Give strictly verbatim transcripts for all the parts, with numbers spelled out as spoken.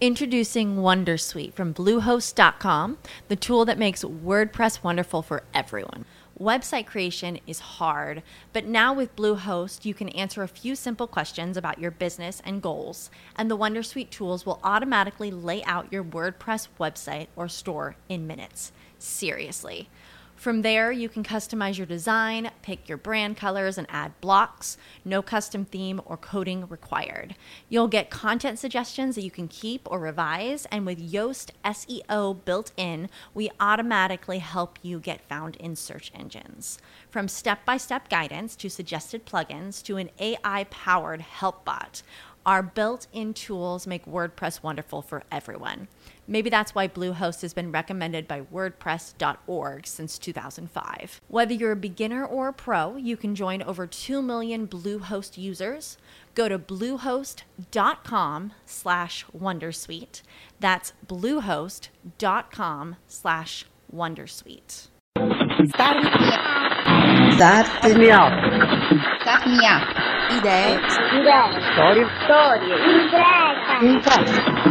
Introducing Wondersuite from Bluehost dot com, the tool that makes WordPress wonderful for everyone. Website creation is hard, but now with Bluehost, you can answer a few simple questions about your business and goals, and the Wondersuite tools will automatically lay out your WordPress website or store in minutes. Seriously. From there, you can customize your design, pick your brand colors, and add blocks. No custom theme or coding required. You'll get content suggestions that you can keep or revise, and with Yoast S E O built in, we automatically help you get found in search engines. From step-by-step guidance to suggested plugins to an A I-powered help bot, our built-in tools make WordPress wonderful for everyone. Maybe that's why Bluehost has been recommended by WordPress dot org since two thousand five. Whether you're a beginner or a pro, you can join over two million Bluehost users. Go to bluehost.com slash Wondersuite. That's bluehost.com slash Wondersuite. Start Start me up. Start me up. Idee. Idee. Storie. Storie. Imprese. Imprese.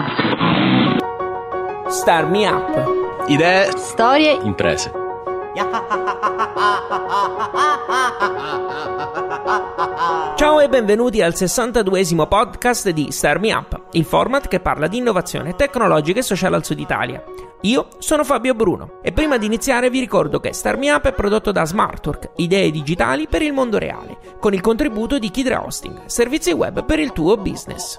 Start me up. Idee. Storie. Imprese. Ciao e benvenuti al sessantaduesimo podcast di Start Me Up, il format che parla di innovazione tecnologica e sociale al Sud Italia. Io sono Fabio Bruno e prima di iniziare vi ricordo che Start Me Up è prodotto da Smartwork, idee digitali per il mondo reale, con il contributo di Kidra Hosting, servizi web per il tuo business.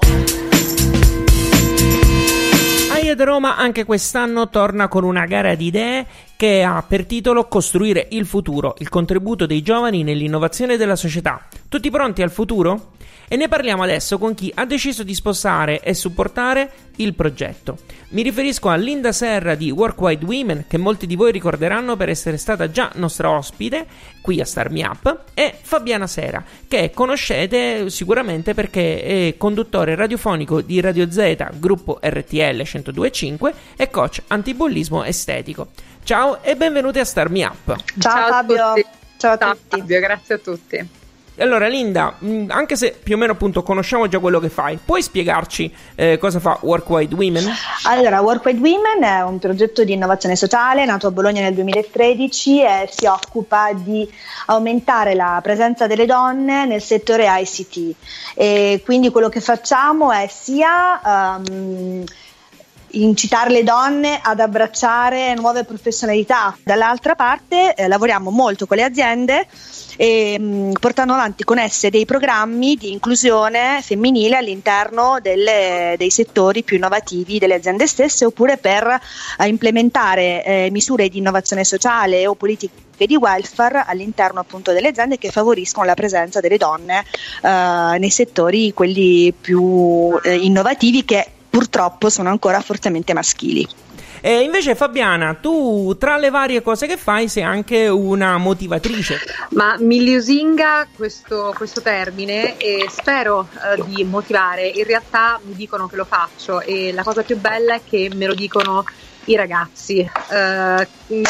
Aied Roma anche quest'anno torna con una gara di idee che ha per titolo Costruire il futuro, il contributo dei giovani nell'innovazione della società. Tutti pronti al futuro? E ne parliamo adesso con chi ha deciso di sponsorare e supportare il progetto. Mi riferisco a Linda Serra di Workwide Women, che molti di voi ricorderanno per essere stata già nostra ospite qui a Start Me Up, e Fabiana Sera, che conoscete sicuramente perché è conduttore radiofonico di Radio Z, gruppo R T L centodue e cinque e coach antibullismo estetico. Ciao e benvenuti a Start Me Up. Ciao, Ciao Fabio. A tutti. Ciao a Ciao tutti. Fabio, grazie a tutti. Allora Linda, anche se più o meno appunto conosciamo già quello che fai, puoi spiegarci eh, cosa fa Workwide Women? Allora, Workwide Women è un progetto di innovazione sociale nato a Bologna nel duemilatredici e si occupa di aumentare la presenza delle donne nel settore I C T, e quindi quello che facciamo è sia um, incitare le donne ad abbracciare nuove professionalità. Dall'altra parte eh, lavoriamo molto con le aziende e mh, portando avanti con esse dei programmi di inclusione femminile all'interno delle, dei settori più innovativi delle aziende stesse, oppure per eh, implementare eh, misure di innovazione sociale o politiche di welfare all'interno appunto delle aziende che favoriscono la presenza delle donne eh, nei settori quelli più eh, innovativi, che purtroppo sono ancora fortemente maschili. E invece Fabiana, tu tra le varie cose che fai sei anche una motivatrice. Ma mi lusinga questo, questo termine e spero uh, di motivare. In realtà mi dicono che lo faccio e la cosa più bella è che me lo dicono i ragazzi. Uh,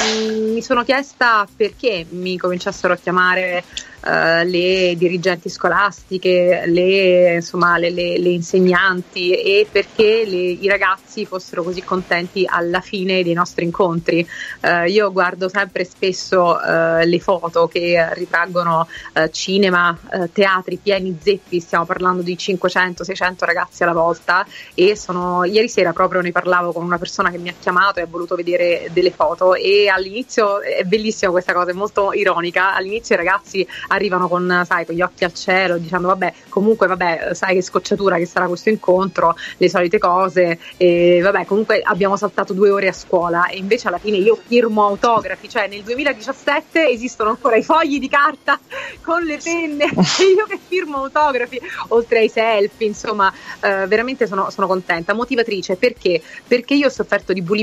mi sono chiesta perché mi cominciassero a chiamare Uh, le dirigenti scolastiche, le, insomma, le, le, le insegnanti, e perché le, i ragazzi fossero così contenti alla fine dei nostri incontri. Uh, io guardo sempre spesso uh, le foto che ritraggono uh, cinema, uh, teatri pieni zeppi, stiamo parlando di cinquecento seicento ragazzi alla volta, e sono, ieri sera proprio ne parlavo con una persona che mi ha chiamato e ha voluto vedere delle foto, e all'inizio è bellissima questa cosa, è molto ironica. All'inizio i ragazzi arrivano con, sai, con gli occhi al cielo dicendo vabbè, comunque vabbè, sai che scocciatura che sarà questo incontro, le solite cose, e vabbè, comunque abbiamo saltato due ore a scuola. E invece alla fine io firmo autografi, cioè nel duemiladiciassette esistono ancora i fogli di carta con le penne e io che firmo autografi, oltre ai selfie, insomma, eh, veramente sono, sono contenta. Motivatrice perché? Perché io ho sofferto di bulimia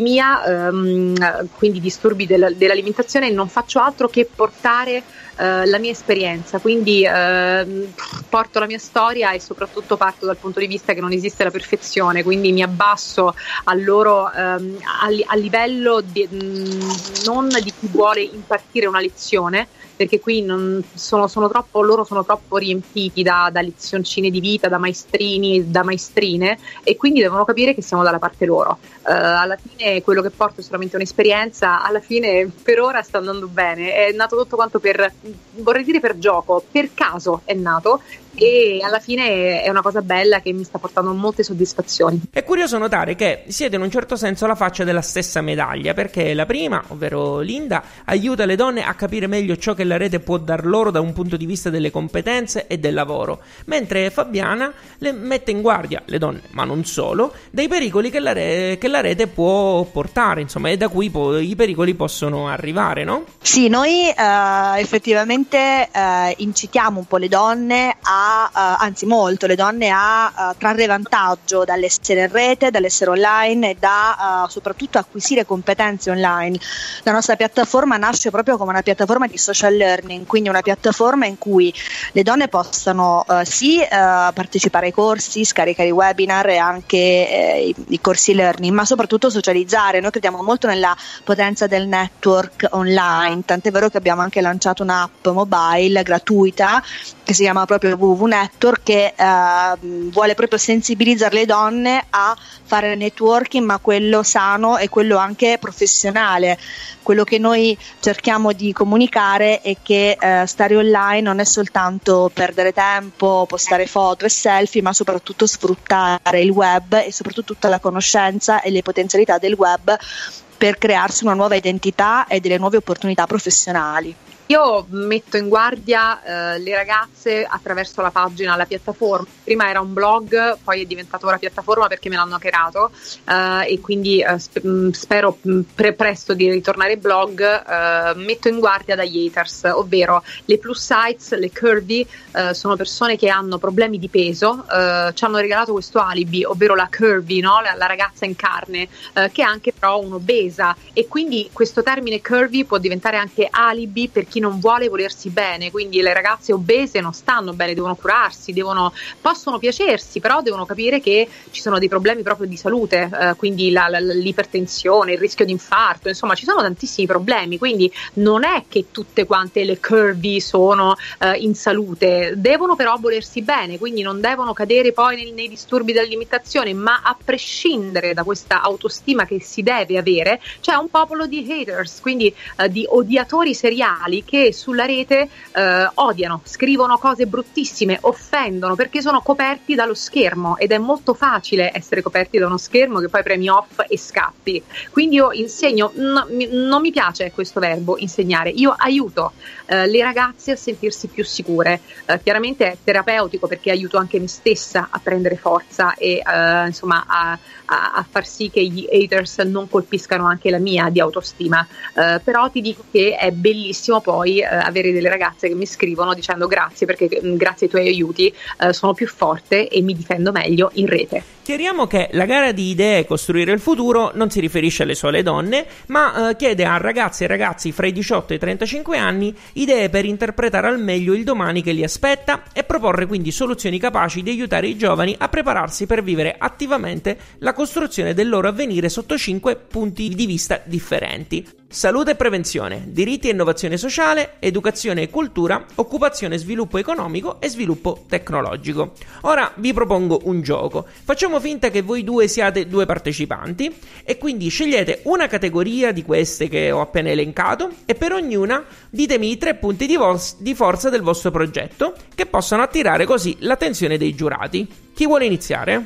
bulimia, ehm, quindi disturbi del, dell'alimentazione, non faccio altro che portare eh, la mia esperienza, quindi eh, porto la mia storia e soprattutto parto dal punto di vista che non esiste la perfezione, quindi mi abbasso al loro ehm, al, al livello di, mh, non di chi vuole impartire una lezione, perché qui non sono, sono troppo, loro sono troppo riempiti da, da lezioncine di vita, da maestrini, da maestrine, e quindi devono capire che siamo dalla parte loro. Uh, alla fine quello che porto è solamente un'esperienza, alla fine per ora sta andando bene, è nato tutto quanto per, vorrei dire per gioco, per caso è nato, e alla fine è una cosa bella che mi sta portando molte soddisfazioni. È curioso notare che siete in un certo senso la faccia della stessa medaglia, perché la prima, ovvero Linda, aiuta le donne a capire meglio ciò che la rete può dar loro da un punto di vista delle competenze e del lavoro, mentre Fabiana le mette in guardia le donne, ma non solo, dai pericoli che la, re- che la rete può portare, insomma, e da cui po- i pericoli possono arrivare, no? Sì, noi uh, effettivamente uh, incitiamo un po' le donne a Uh, anzi molto le donne a uh, trarre vantaggio dall'essere in rete, dall'essere online e da uh, soprattutto acquisire competenze online. La nostra piattaforma nasce proprio come una piattaforma di social learning, quindi una piattaforma in cui le donne possano uh, sì uh, partecipare ai corsi, scaricare i webinar e anche eh, i, i corsi learning, ma soprattutto socializzare. Noi crediamo molto nella potenza del network online, tant'è vero che abbiamo anche lanciato un'app mobile gratuita che si chiama proprio W W Network, che eh, vuole proprio sensibilizzare le donne a fare networking, ma quello sano e quello anche professionale. Quello che noi cerchiamo di comunicare è che eh, stare online non è soltanto perdere tempo, postare foto e selfie, ma soprattutto sfruttare il web e soprattutto tutta la conoscenza e le potenzialità del web per crearsi una nuova identità e delle nuove opportunità professionali. Io metto in guardia eh, le ragazze attraverso la pagina, la piattaforma. Prima era un blog, poi è diventato ora piattaforma perché me l'hanno hackerato eh, e quindi eh, sp- spero pre- presto di ritornare blog. Eh, metto in guardia dagli haters, ovvero le plus size, le curvy, eh, sono persone che hanno problemi di peso, eh, ci hanno regalato questo alibi, ovvero la curvy, no? la, la ragazza in carne, eh, che è anche però un'obesa, e quindi questo termine curvy può diventare anche alibi per chi non vuole volersi bene. Quindi le ragazze obese non stanno bene, devono curarsi, devono, possono piacersi, però devono capire che ci sono dei problemi proprio di salute, eh, quindi la, la, l'ipertensione, il rischio di infarto, insomma ci sono tantissimi problemi, quindi non è che tutte quante le curvy sono eh, in salute, devono però volersi bene, quindi non devono cadere poi nei, nei disturbi dell'alimentazione, ma a prescindere da questa autostima che si deve avere c'è un popolo di haters, quindi eh, di odiatori seriali che sulla rete eh, odiano, scrivono cose bruttissime, offendono perché sono coperti dallo schermo, ed è molto facile essere coperti da uno schermo che poi premi off e scappi. Quindi io insegno, no, mi, non mi piace questo verbo insegnare, io aiuto eh, le ragazze a sentirsi più sicure. Eh, chiaramente è terapeutico perché aiuto anche me stessa a prendere forza e eh, insomma a, a, a far sì che gli haters non colpiscano anche la mia di autostima. Eh, però ti dico che è bellissimo poi Poi, eh, avere delle ragazze che mi scrivono dicendo grazie perché eh, grazie ai tuoi aiuti eh, sono più forte e mi difendo meglio in rete. Chiariamo che la gara di idee Costruire il futuro non si riferisce alle sole donne, ma eh, chiede a ragazze e ragazzi fra i diciotto e i trentacinque anni idee per interpretare al meglio il domani che li aspetta e proporre quindi soluzioni capaci di aiutare i giovani a prepararsi per vivere attivamente la costruzione del loro avvenire sotto cinque punti di vista differenti. Salute e prevenzione, diritti e innovazione sociale, educazione e cultura, occupazione e sviluppo economico e sviluppo tecnologico. Ora vi propongo un gioco. Facciamo finta che voi due siate due partecipanti e quindi scegliete una categoria di queste che ho appena elencato e per ognuna ditemi i tre punti di, vo- di forza del vostro progetto che possano attirare così l'attenzione dei giurati. Chi vuole iniziare?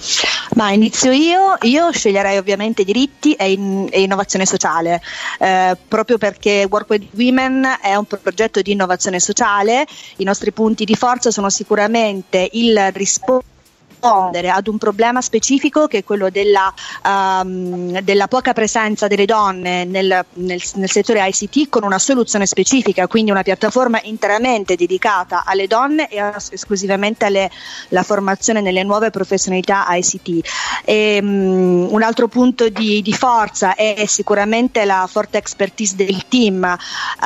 Ma inizio io, io sceglierei ovviamente diritti e, in, e innovazione sociale, eh, proprio perché Work with Women è un progetto di innovazione sociale. I nostri punti di forza sono sicuramente il rispondere rispondere ad un problema specifico che è quello della, um, della poca presenza delle donne nel, nel, nel settore I C T con una soluzione specifica, quindi una piattaforma interamente dedicata alle donne e esclusivamente alla formazione nelle nuove professionalità I C T. E, um, un altro punto di, di forza è sicuramente la forte expertise del team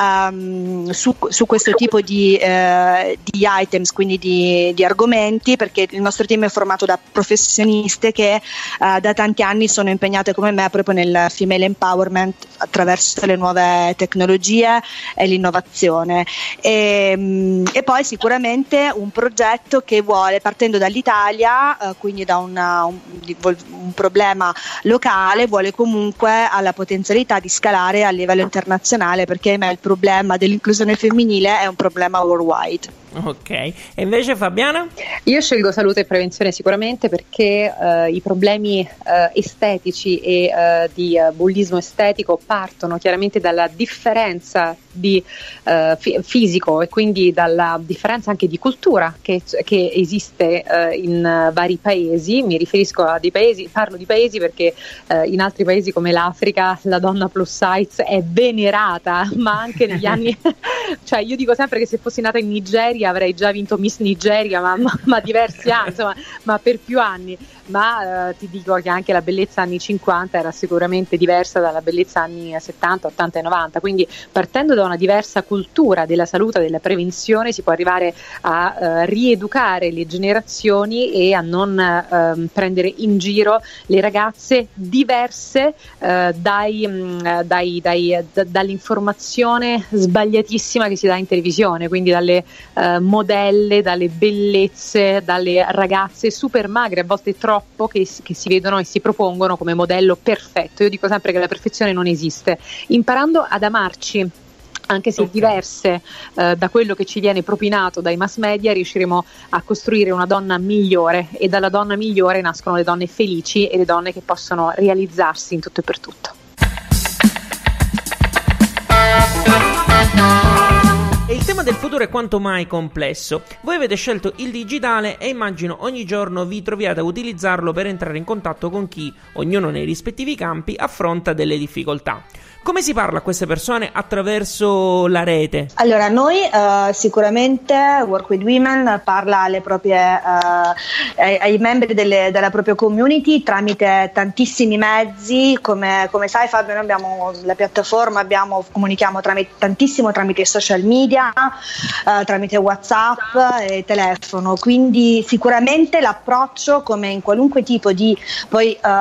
um, su, su questo tipo di, uh, di items, quindi di, di argomenti, perché il nostro team è formato da professioniste che uh, da tanti anni sono impegnate come me proprio nel female empowerment attraverso le nuove tecnologie e l'innovazione. E, um, e poi sicuramente un progetto che vuole, partendo dall'Italia, uh, quindi da una, un, un problema locale, vuole comunque alla potenzialità di scalare a livello internazionale, perché il problema dell'inclusione femminile è un problema worldwide. Ok, e invece Fabiana? Io scelgo salute e prevenzione sicuramente perché uh, i problemi uh, estetici e uh, di uh, bullismo estetico partono chiaramente dalla differenza di uh, f- fisico e quindi dalla differenza anche di cultura che, che esiste uh, in uh, vari paesi. Mi riferisco a dei paesi, parlo di paesi perché uh, in altri paesi come l'Africa la donna plus size è venerata, ma anche negli anni cioè io dico sempre che se fossi nata in Nigeria avrei già vinto Miss Nigeria, ma, ma, ma diversi anni, insomma, ma per più anni. Ma eh, ti dico che anche la bellezza anni cinquanta era sicuramente diversa dalla bellezza anni settanta, ottanta e novanta, quindi partendo da una diversa cultura della salute e della prevenzione si può arrivare a eh, rieducare le generazioni e a non eh, prendere in giro le ragazze diverse eh, dai, mh, dai, dai, d- dall'informazione sbagliatissima che si dà in televisione, quindi dalle eh, modelle, dalle bellezze, dalle ragazze super magre, a volte troppo, che, che si vedono e si propongono come modello perfetto. Io dico sempre che la perfezione non esiste. Imparando ad amarci, anche se okay. diverse eh, da quello che ci viene propinato dai mass media, riusciremo a costruire una donna migliore, e dalla donna migliore nascono le donne felici e le donne che possono realizzarsi in tutto e per tutto. E il tema del futuro è quanto mai complesso. Voi avete scelto il digitale e immagino ogni giorno vi troviate a utilizzarlo per entrare in contatto con chi, ognuno nei rispettivi campi, affronta delle difficoltà. Come si parla a queste persone attraverso la rete? Allora, noi uh, sicuramente Work with Women parla alle proprie, uh, ai, ai membri delle, della propria community tramite tantissimi mezzi. Come, come sai Fabio, noi abbiamo la piattaforma, abbiamo, comunichiamo tramite, tantissimo tramite social media, uh, tramite WhatsApp e telefono, quindi sicuramente l'approccio, come in qualunque tipo di poi uh,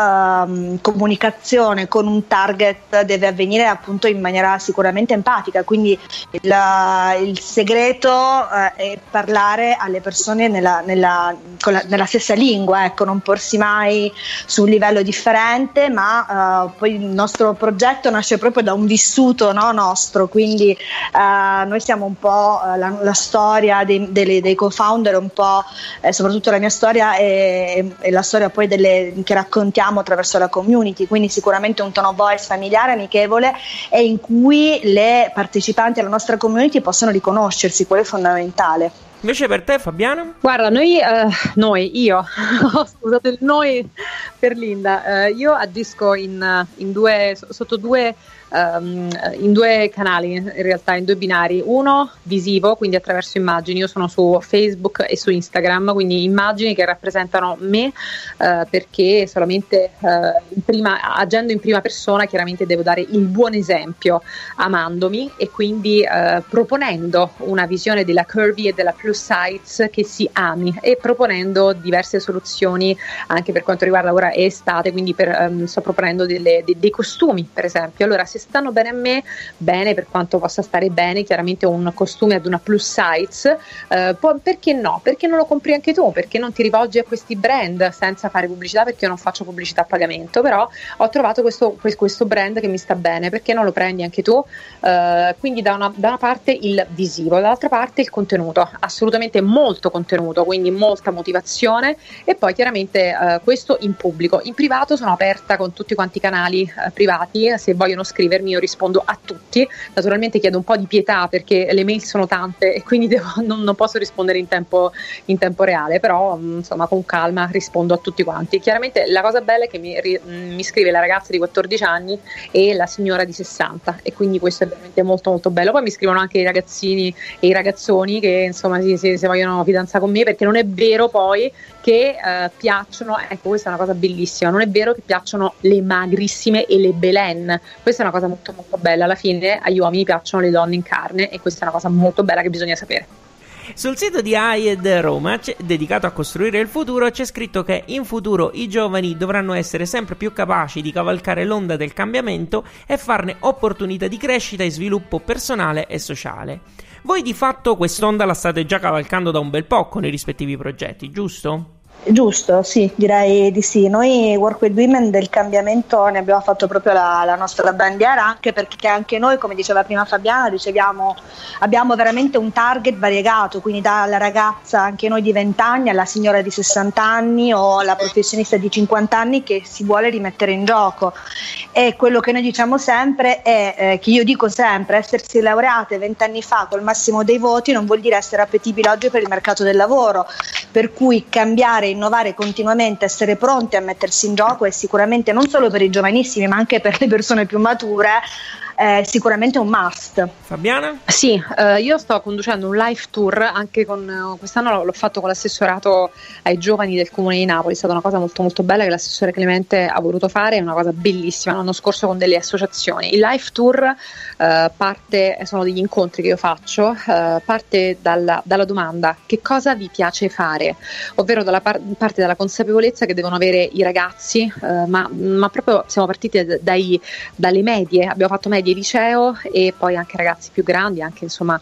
uh, comunicazione con un target, deve avvenire appunto in maniera sicuramente empatica, quindi il, il segreto eh, è parlare alle persone nella, nella, con la, nella stessa lingua, ecco, non porsi mai su un livello differente, ma eh, poi il nostro progetto nasce proprio da un vissuto, no, nostro, quindi eh, noi siamo un po' eh, la, la storia dei, dei, dei co-founder, un po' eh, soprattutto la mia storia e, e la storia poi delle, che raccontiamo attraverso la community, quindi sicuramente un tone of voice familiare, amichevole, e in cui le partecipanti alla nostra community possono riconoscersi, quello è fondamentale. Invece per te Fabiana? Guarda, noi, eh, noi io, scusate il noi per Linda, eh, io agisco in, in due, sotto due Um, in due canali, in realtà in due binari, uno visivo, quindi attraverso immagini. Io sono su Facebook e su Instagram, quindi immagini che rappresentano me, uh, perché solamente uh, in prima, agendo in prima persona chiaramente devo dare il buon esempio, amandomi e quindi uh, proponendo una visione della curvy e della plus size che si ami, e proponendo diverse soluzioni anche per quanto riguarda ora estate, quindi per, um, sto proponendo delle, de, dei costumi per esempio. Allora, se stanno bene a me, bene, per quanto possa stare bene chiaramente un costume ad una plus size, eh, può, perché no? Perché non lo compri anche tu? Perché non ti rivolgi a questi brand senza fare pubblicità? Perché io non faccio pubblicità a pagamento, però ho trovato questo, questo brand che mi sta bene, perché non lo prendi anche tu? Eh, quindi da una, da una parte il visivo, dall'altra parte il contenuto, assolutamente assolutamente molto contenuto, quindi molta motivazione, e poi chiaramente eh, questo in pubblico. In privato sono aperta con tutti quanti i canali eh, privati, se vogliono scrivermi io rispondo a tutti, naturalmente chiedo un po' di pietà perché le mail sono tante e quindi devo, non, non posso rispondere in tempo, in tempo reale, però insomma con calma rispondo a tutti quanti. Chiaramente la cosa bella è che mi, mi scrive la ragazza di quattordici anni e la signora di sessanta, e quindi questo è veramente molto molto bello. Poi mi scrivono anche i ragazzini e i ragazzoni che insomma si, si, si vogliono fidanzare con me, perché non è vero poi che uh, piacciono, ecco questa è una cosa bellissima, non è vero che piacciono le magrissime e le belen, questa è una cosa molto molto bella, alla fine agli uomini piacciono le donne in carne, e questa è una cosa molto bella che bisogna sapere. Sul sito di AIED Roma, dedicato a costruire il futuro, c'è scritto che in futuro i giovani dovranno essere sempre più capaci di cavalcare l'onda del cambiamento e farne opportunità di crescita e sviluppo personale e sociale. Voi di fatto quest'onda la state già cavalcando da un bel po' con i rispettivi progetti, giusto? Giusto, sì, direi di sì. Noi Work with Women del cambiamento ne abbiamo fatto proprio la, la nostra bandiera, anche perché anche noi, come diceva prima Fabiana, riceviamo, abbiamo veramente un target variegato, quindi dalla ragazza anche noi di venti anni alla signora di sessanta anni o alla professionista di cinquanta anni che si vuole rimettere in gioco. E quello che noi diciamo sempre è, eh, che io dico sempre, essersi laureate venti anni fa col massimo dei voti non vuol dire essere appetibili oggi per il mercato del lavoro, per cui cambiare, innovare continuamente, essere pronti a mettersi in gioco è sicuramente non solo per i giovanissimi ma anche per le persone più mature è sicuramente un must. Fabiana? Sì, eh, io sto conducendo un live tour anche con uh, quest'anno l'ho fatto con l'assessorato ai giovani del Comune di Napoli, è stata una cosa molto molto bella che l'assessore Clemente ha voluto fare, è una cosa bellissima, l'anno scorso con delle associazioni. Il live tour uh, parte, sono degli incontri che io faccio, uh, parte dalla, dalla domanda: che cosa vi piace fare? Ovvero dalla par- parte dalla consapevolezza che devono avere i ragazzi, uh, ma, ma proprio siamo partiti d- dai, dalle medie, abbiamo fatto medie liceo e poi anche ragazzi più grandi, anche insomma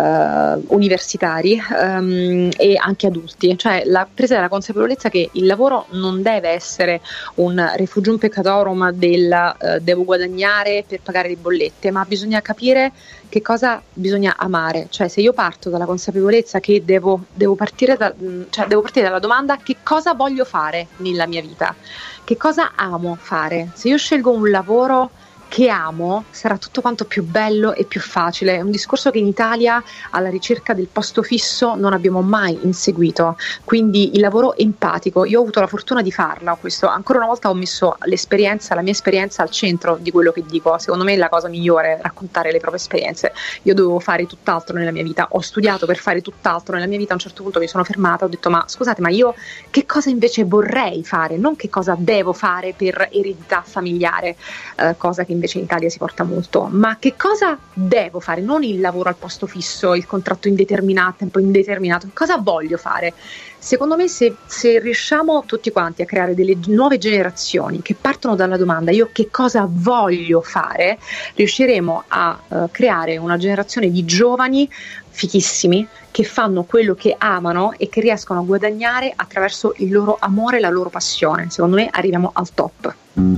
uh, universitari um, e anche adulti, cioè la presa della consapevolezza che il lavoro non deve essere un refugium peccatorum del uh, devo guadagnare per pagare le bollette, ma bisogna capire che cosa bisogna amare, cioè se io parto dalla consapevolezza che devo, devo partire da, cioè devo partire dalla domanda: che cosa voglio fare nella mia vita, che cosa amo fare, se io scelgo un lavoro che amo sarà tutto quanto più bello e più facile. È un discorso che in Italia alla ricerca del posto fisso non abbiamo mai inseguito, quindi il lavoro empatico, io ho avuto la fortuna di farla, questo ancora una volta ho messo l'esperienza, la mia esperienza al centro di quello che dico. Secondo me è la cosa migliore, raccontare le proprie esperienze. Io dovevo fare tutt'altro nella mia vita, ho studiato per fare tutt'altro nella mia vita, a un certo punto mi sono fermata, ho detto ma scusate, ma io che cosa invece vorrei fare, non che cosa devo fare per eredità familiare, eh, cosa che invece in Italia si porta molto, ma che cosa devo fare, non il lavoro al posto fisso, il contratto indeterminato, tempo indeterminato, cosa voglio fare. Secondo me se, se riusciamo tutti quanti a creare delle nuove generazioni che partono dalla domanda io che cosa voglio fare, riusciremo a uh, creare una generazione di giovani fichissimi che fanno quello che amano e che riescono a guadagnare attraverso il loro amore e la loro passione. Secondo me arriviamo al top.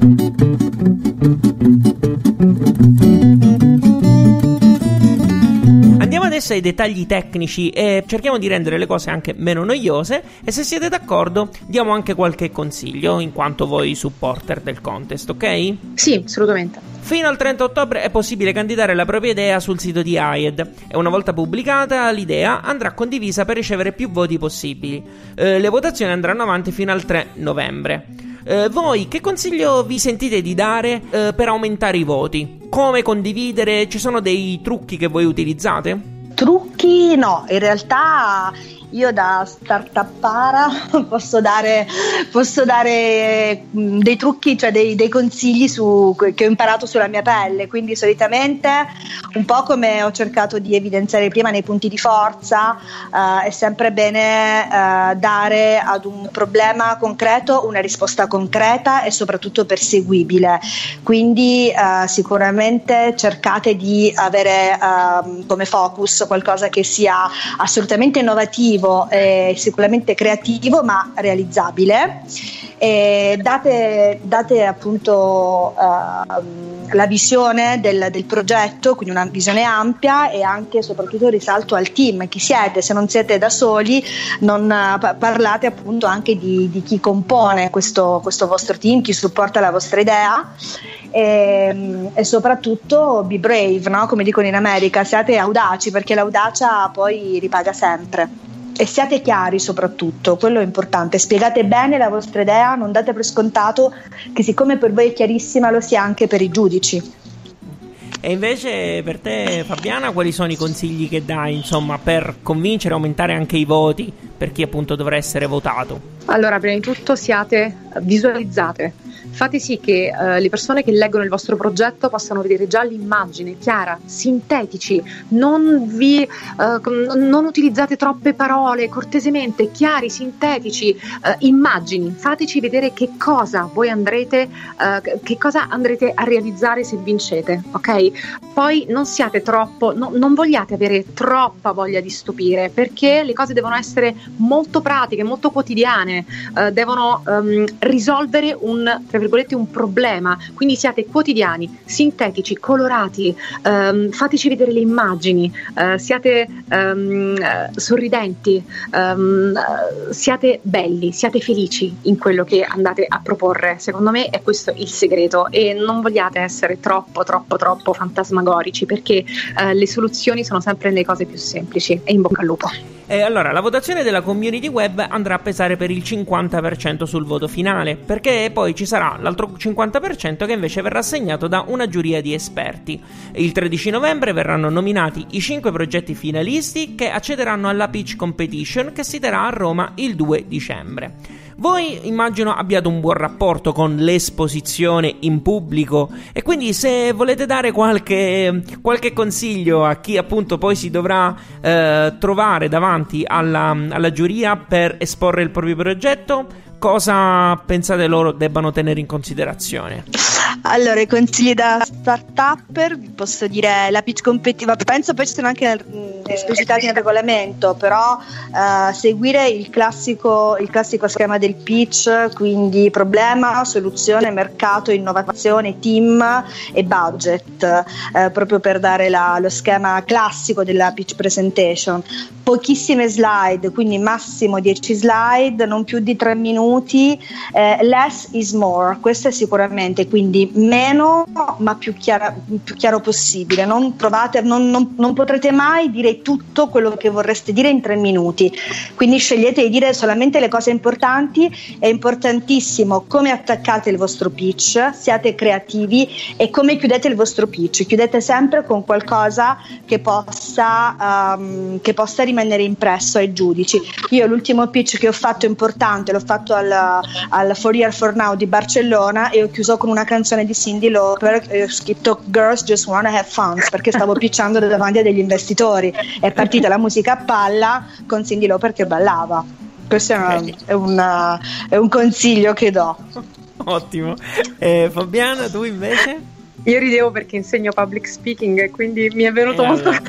Andiamo adesso ai dettagli tecnici e cerchiamo di rendere le cose anche meno noiose, e se siete d'accordo diamo anche qualche consiglio in quanto voi supporter del contest, ok? Sì, assolutamente. Fino al trenta ottobre è possibile candidare la propria idea sul sito di AIED e una volta pubblicata l'idea andrà condivisa per ricevere più voti possibili. Eh, le votazioni andranno avanti fino al tre novembre. Eh, voi che consiglio vi sentite di dare eh, per aumentare i voti? Come condividere? Ci sono dei trucchi che voi utilizzate? Trucchi no, in realtà io da startuppara posso dare, posso dare dei trucchi, cioè dei, dei consigli su, che ho imparato sulla mia pelle, quindi solitamente un po' come ho cercato di evidenziare prima nei punti di forza, eh, è sempre bene eh, dare ad un problema concreto una risposta concreta e soprattutto perseguibile, quindi eh, sicuramente cercate di avere eh, come focus qualcosa che sia assolutamente innovativo, innovativo e sicuramente creativo, ma realizzabile. E date, date appunto uh, la visione del, del progetto, quindi una visione ampia, e anche e soprattutto risalto al team, chi siete. Se non siete da soli, non uh, parlate appunto anche di, di chi compone questo, questo vostro team, chi supporta la vostra idea. E, e soprattutto be brave, no? Come dicono in America, siate audaci, perché l'audacia poi ripaga sempre. E siate chiari soprattutto, quello è importante, spiegate bene la vostra idea, non date per scontato che siccome per voi è chiarissima lo sia anche per i giudici. E invece per te, Fabiana, quali sono i consigli che dai, insomma, per convincere e aumentare anche i voti per chi appunto dovrà essere votato? Allora, prima di tutto siate, visualizzate, fate sì che uh, le persone che leggono il vostro progetto possano vedere già l'immagine chiara, sintetici, non vi uh, non utilizzate troppe parole, cortesemente, chiari, sintetici, uh, immagini, fateci vedere che cosa voi andrete uh, che cosa andrete a realizzare se vincete, ok? Poi non siate troppo, no, non vogliate avere troppa voglia di stupire, perché le cose devono essere molto pratiche, molto quotidiane, uh, devono um, risolvere un, tra virgolette, un problema, quindi siate quotidiani, sintetici, colorati, um, fateci vedere le immagini, uh, siate um, uh, sorridenti, um, uh, siate belli, siate felici in quello che andate a proporre. Secondo me è questo il segreto, e non vogliate essere troppo troppo troppo fantasmagorici, perché uh, le soluzioni sono sempre nelle cose più semplici. E in bocca al lupo. E allora, la votazione della community web andrà a pesare per il cinquanta per cento sul voto finale, perché poi ci sarà l'altro cinquanta per cento che invece verrà assegnato da una giuria di esperti. Il tredici novembre verranno nominati i cinque progetti finalisti che accederanno alla Pitch Competition, che si terrà a Roma il due dicembre. Voi immagino abbiate un buon rapporto con l'esposizione in pubblico, e quindi se volete dare qualche, qualche consiglio a chi appunto poi si dovrà eh, trovare davanti alla, alla giuria per esporre il proprio progetto, cosa pensate loro debbano tenere in considerazione? Allora, i consigli da start-upper, vi posso dire la pitch competitiva, penso poi ci sono anche nel, esplicitati nel regolamento, però uh, seguire il classico, il classico schema del pitch, quindi problema, soluzione, mercato, innovazione, team e budget, uh, proprio per dare la, lo schema classico della pitch presentation. Pochissime slide, quindi massimo dieci slide, non più di tre minuti, eh, less is more, questo è sicuramente, quindi meno ma più, chiara, più chiaro possibile. Non provate, non, non, non potrete mai dire tutto quello che vorreste dire in tre minuti, quindi scegliete di dire solamente le cose importanti. È importantissimo come attaccate il vostro pitch, siate creativi, e come chiudete il vostro pitch, chiudete sempre con qualcosa che possa, um, che possa rimanere impresso ai giudici. Io l'ultimo pitch che ho fatto importante l'ho fatto al, al For Year For Now di Barcellona, e ho chiuso con una canzone di Cyndi Lauper, e ho scritto Girls Just Wanna Have Fun, perché stavo pitchando davanti a degli investitori. È partita la musica a palla con Cyndi Lauper che ballava. Questo è, una, è, una, è un consiglio che do. Ottimo. eh, Fabiana, tu invece? Io ridevo perché insegno public speaking, quindi mi è venuto e molto allora.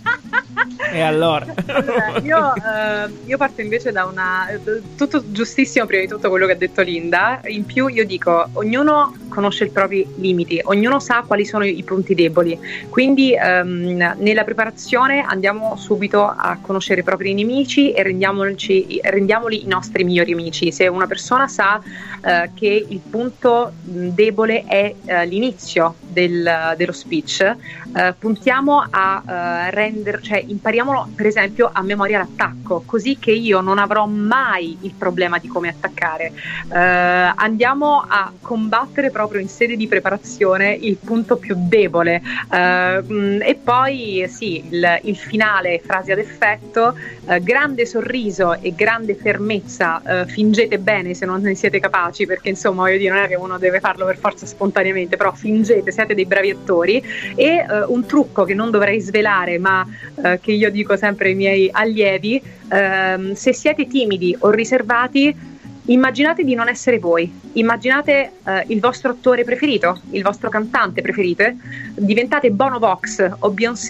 E allora? Allora, io, eh, io parto invece da una... tutto giustissimo, prima di tutto quello che ha detto Linda. In più io dico, ognuno conosce i propri limiti, ognuno sa quali sono i punti deboli, quindi ehm, nella preparazione andiamo subito a conoscere i propri nemici e rendiamoci, rendiamoli i nostri migliori amici. Se una persona sa eh, che il punto debole è eh, l'inizio del, dello speech, eh, puntiamo a eh, rendere, cioè impariamolo per esempio a memoria l'attacco, così che io non avrò mai il problema di come attaccare. Eh, andiamo a combattere proprio in sede di preparazione il punto più debole, eh, e poi sì, il, il finale, frasi ad effetto, eh, grande sorriso e grande fermezza, eh, fingete bene se non ne siete capaci, perché insomma voglio dire, non è che uno deve farlo per forza spontaneamente, però fingete, siete dei bravi attori. E eh, un trucco che non dovrei svelare, ma eh, che io dico sempre ai miei allievi, ehm, se siete timidi o riservati, immaginate di non essere voi, immaginate eh, il vostro attore preferito, il vostro cantante preferito, diventate Bono Vox o Beyoncé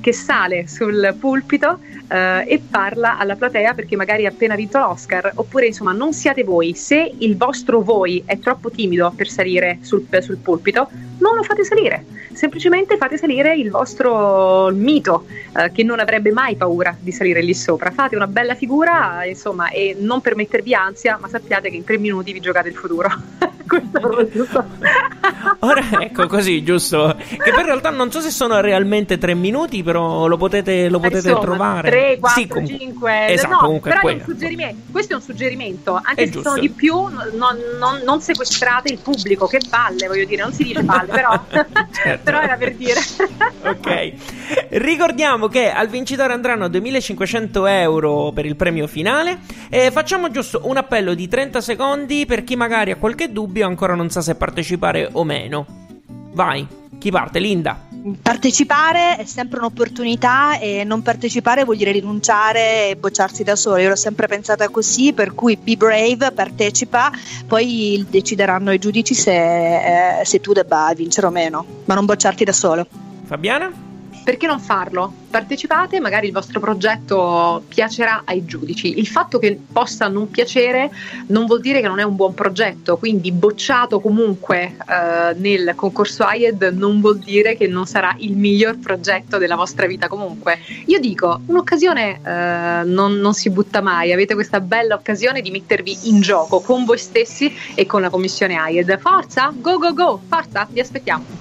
che sale sul pulpito eh, e parla alla platea perché magari ha appena vinto l'Oscar, oppure insomma non siate voi. Se il vostro voi è troppo timido per salire sul, sul pulpito, non lo fate salire, semplicemente fate salire il vostro mito eh, che non avrebbe mai paura di salire lì sopra. Fate una bella figura, insomma, e non per mettervi ansia, ma sappiate che in tre minuti vi giocate il futuro. Questo è proprio giusto. Ora ecco così, giusto, che poi in realtà non so se sono realmente tre minuti, però lo potete, lo potete Insomma, trovare. tre, quattro, sì, com- cinque esatto, no, comunque però è è un suggerimento. Questo è un suggerimento, anche è se giusto. sono di più, non, non, non sequestrate il pubblico, che palle, voglio dire, non si dice palle, però, certo. però era per dire. Ok, ricordiamo che al vincitore andranno duemilacinquecento euro per il premio finale e facciamo giusto un appello di trenta secondi per chi magari ha qualche dubbio e ancora non sa se partecipare o meno. Vai, chi parte? Linda. Partecipare è sempre un'opportunità e non partecipare vuol dire rinunciare e bocciarsi da solo. Io l'ho sempre pensata così, per cui be brave, partecipa, poi decideranno i giudici se, eh, se tu debba vincere o meno, ma non bocciarti da solo. Fabiana? Perché non farlo? Partecipate, magari il vostro progetto piacerà ai giudici. Il fatto che possa non piacere non vuol dire che non è un buon progetto, quindi bocciato comunque eh, nel concorso A I E D non vuol dire che non sarà il miglior progetto della vostra vita comunque. Io dico, un'occasione eh, non, non si butta mai, avete questa bella occasione di mettervi in gioco con voi stessi e con la commissione A I E D. Forza, go go go, forza, vi aspettiamo.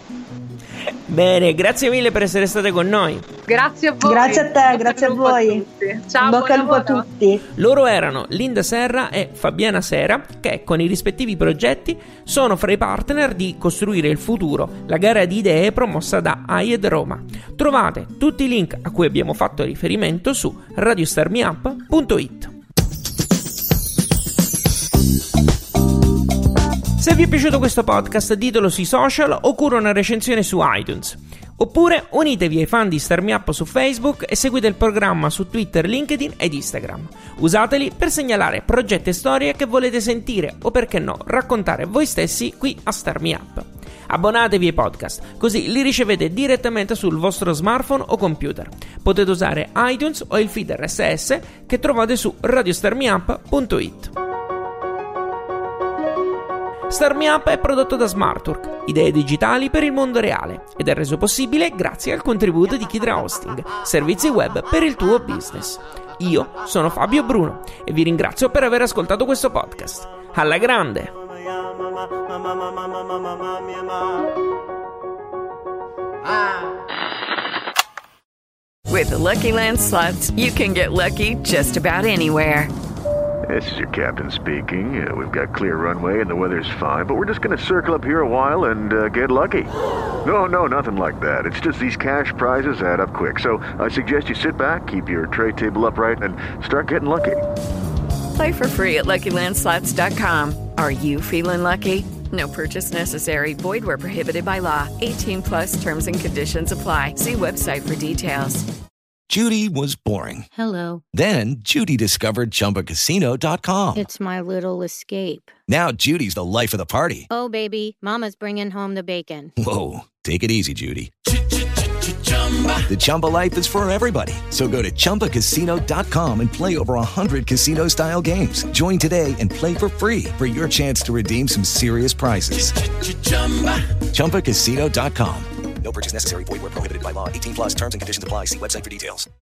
Bene, grazie mille per essere state con noi. Grazie a voi. Grazie a te, grazie a voi. A Ciao, bocca al lupo a tutti. Loro erano Linda Serra e Fabiana Sera, che con i rispettivi progetti sono fra i partner di Costruire il Futuro, la gara di idee promossa da A I E D Roma. Trovate tutti i link a cui abbiamo fatto riferimento su radio star me up punto it. Se vi è piaciuto questo podcast, ditelo sui social oppure una recensione su iTunes. Oppure unitevi ai fan di Star Me Up su Facebook e seguite il programma su Twitter, LinkedIn ed Instagram. Usateli per segnalare progetti e storie che volete sentire o, perché no, raccontare voi stessi qui a Star Me Up. Abbonatevi ai podcast, così li ricevete direttamente sul vostro smartphone o computer. Potete usare iTunes o il feed R S S che trovate su radio star me up punto it. Star Me Up è prodotto da Smartwork, idee digitali per il mondo reale, ed è reso possibile grazie al contributo di Kidra Hosting, servizi web per il tuo business. Io sono Fabio Bruno e vi ringrazio per aver ascoltato questo podcast. Alla grande! With the Lucky Land Slots, you can get lucky just about anywhere. This is your captain speaking. Uh, we've got clear runway and the weather's fine, but we're just going to circle up here a while and uh, get lucky. No, no, nothing like that. It's just these cash prizes add up quick. So I suggest you sit back, keep your tray table upright, and start getting lucky. Play for free at lucky land slots dot com. Are you feeling lucky? No purchase necessary. Void where prohibited by law. eighteen plus terms and conditions apply. See website for details. Judy was boring. Hello. Then Judy discovered Chumba Casino dot com. It's my little escape. Now Judy's the life of the party. Oh, baby, mama's bringing home the bacon. Whoa, take it easy, Judy. The Chumba life is for everybody. So go to chumba casino dot com and play over one hundred casino-style games. Join today and play for free for your chance to redeem some serious prizes. chumba casino dot com. No purchase necessary. Void where prohibited by law. eighteen plus terms and conditions apply. See website for details.